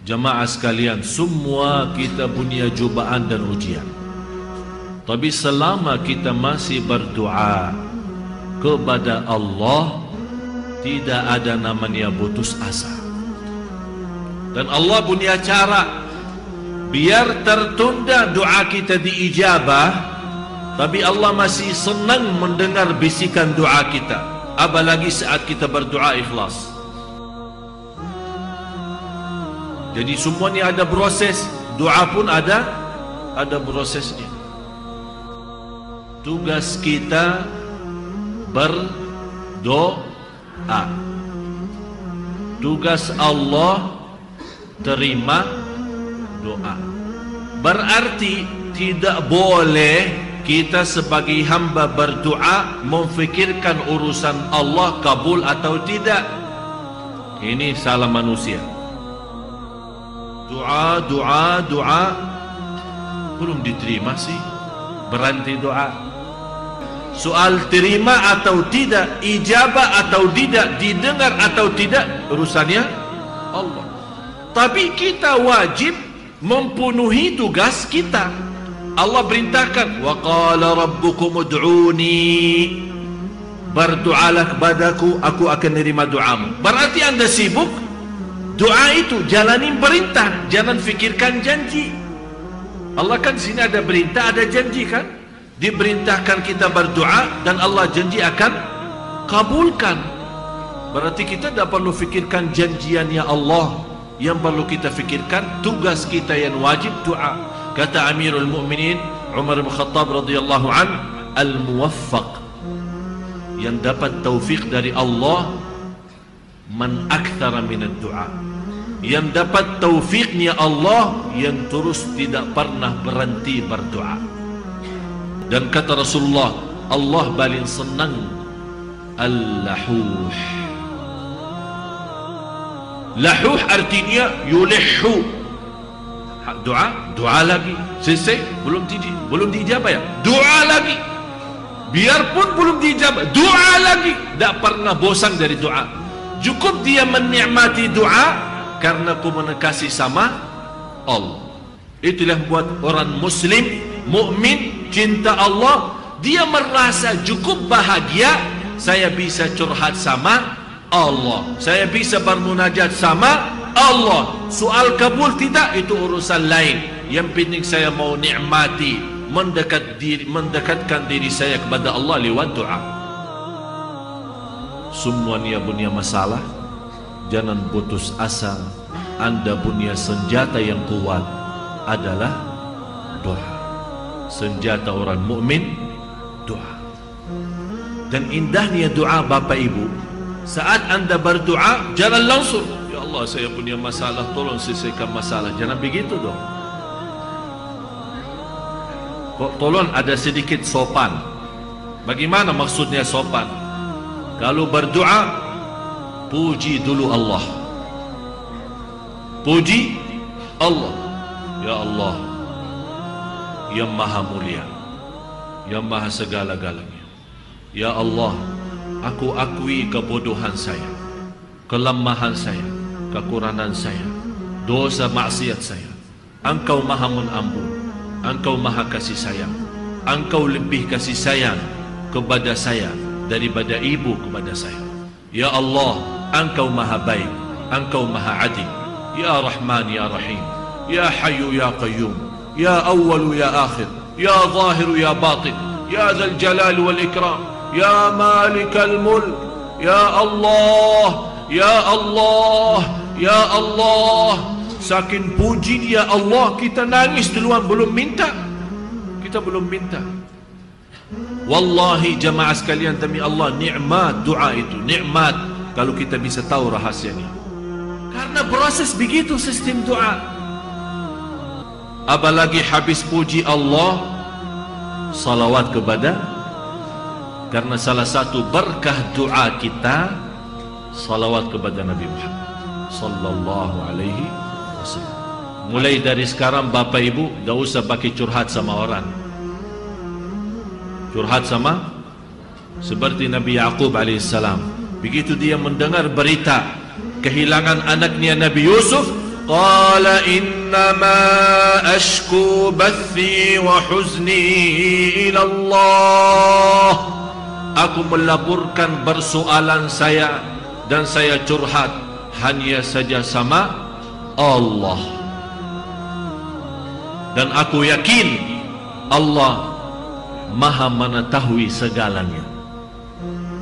Jemaah sekalian, semua kita punya cubaan dan ujian. Tapi selama kita masih berdoa kepada Allah, tidak ada namanya putus asa. Dan Allah punya cara biar tertunda doa kita diijabah, tapi Allah masih senang mendengar bisikan doa kita, apalagi saat kita berdoa ikhlas. Jadi semuanya ada proses, doa pun ada prosesnya. Tugas kita berdoa. Tugas Allah terima doa. Berarti tidak boleh kita sebagai hamba berdoa memfikirkan urusan Allah kabul atau tidak. Ini salah manusia. Doa belum diterima sih, berhenti doa. Soal terima atau tidak, ijabah atau tidak, didengar atau tidak, urusannya Allah. Tapi kita wajib mempenuhi tugas kita. Allah perintahkan, wa qala rabbukum ud'uni, berdoalah kepadaku, aku akan menerima doamu. Berarti Anda sibuk doa itu, jalani perintah, jangan fikirkan janji. Allah kan sini ada perintah, ada janji kan? Diperintahkan kita berdoa dan Allah janji akan kabulkan. Berarti kita tidak perlu fikirkan janjiannya Allah. Yang perlu kita fikirkan tugas kita yang wajib doa. Kata Amirul Mukminin Umar bin Khattab radhiyallahu an, al-muwaffaq, yang dapat taufik dari Allah, man akthara minad du'a, yang dapat taufiknya Allah yang terus tidak pernah berhenti berdoa. Dan kata Rasulullah, Allah paling senang al-lahuh. Lahuh artinya yulihu, doa lagi, selesai, belum dijawab ya, doa lagi, biarpun belum dijawab, doa lagi, tidak pernah bosan dari doa. Cukup dia menikmati doa karena komunikasi sama Allah. Itulah buat orang muslim, mukmin, cinta Allah, dia merasa cukup bahagia. Saya bisa curhat sama Allah, saya bisa bermunajat sama Allah. Soal kabul tidak, itu urusan lain. Yang penting saya mau nikmati, mendekatkan diri saya kepada Allah lewat doa. Semuanya punya masalah, jangan putus asa. Anda punya senjata yang kuat adalah doa. Senjata orang mukmin doa. Dan indahnya doa Bapak Ibu, saat Anda berdoa jangan langsung, ya Allah saya punya masalah, tolong selesaikan masalah. Jangan begitu dong. Kok tolong ada sedikit sopan. Bagaimana maksudnya sopan? Kalau berdoa, puji dulu Allah. Puji Allah. Ya Allah, yang maha mulia, yang maha segala-galanya. Ya Allah, aku akui kebodohan saya, kelemahan saya, kekurangan saya, dosa maksiat saya. Engkau maha mengampun, Engkau maha kasih sayang. Engkau lebih kasih sayang kepada saya daripada ibu kepada saya. Ya Allah, Engkau maha baik, Engkau maha adil. Ya Rahman, Ya Rahim, Ya Hayyu, Ya Qayyum, Ya Awwal, Ya Akhir, Ya Zahir, Ya Batin, Ya Dzal Jalal wal Ikram, Ya Malik al-Mulk. Ya Allah, Ya Allah, Ya Allah. Saking puji dia Allah, kita nangis duluan, belum minta. Kita belum minta. Wallahi jamaah sekalian, demi Allah, nikmat doa itu, nikmat kalau kita bisa tahu rahasianya. Karena proses begitu sistem doa. Apalagi habis puji Allah, salawat kepada, karena salah satu berkah doa kita salawat kepada Nabi Muhammad sallallahu alaihi wasallam. Mulai dari sekarang Bapak Ibu tidak usah pakai curhat sama orang. Curhat sama seperti Nabi Yaqub alaihissalam. Begitu dia mendengar berita kehilangan anaknya Nabi Yusuf, Qala innama ashku bathi wa huzni ila Allah. Aku melaburkan persoalan saya dan saya curhat hanya saja sama Allah. Dan aku yakin Allah Maha mengetahui segalanya.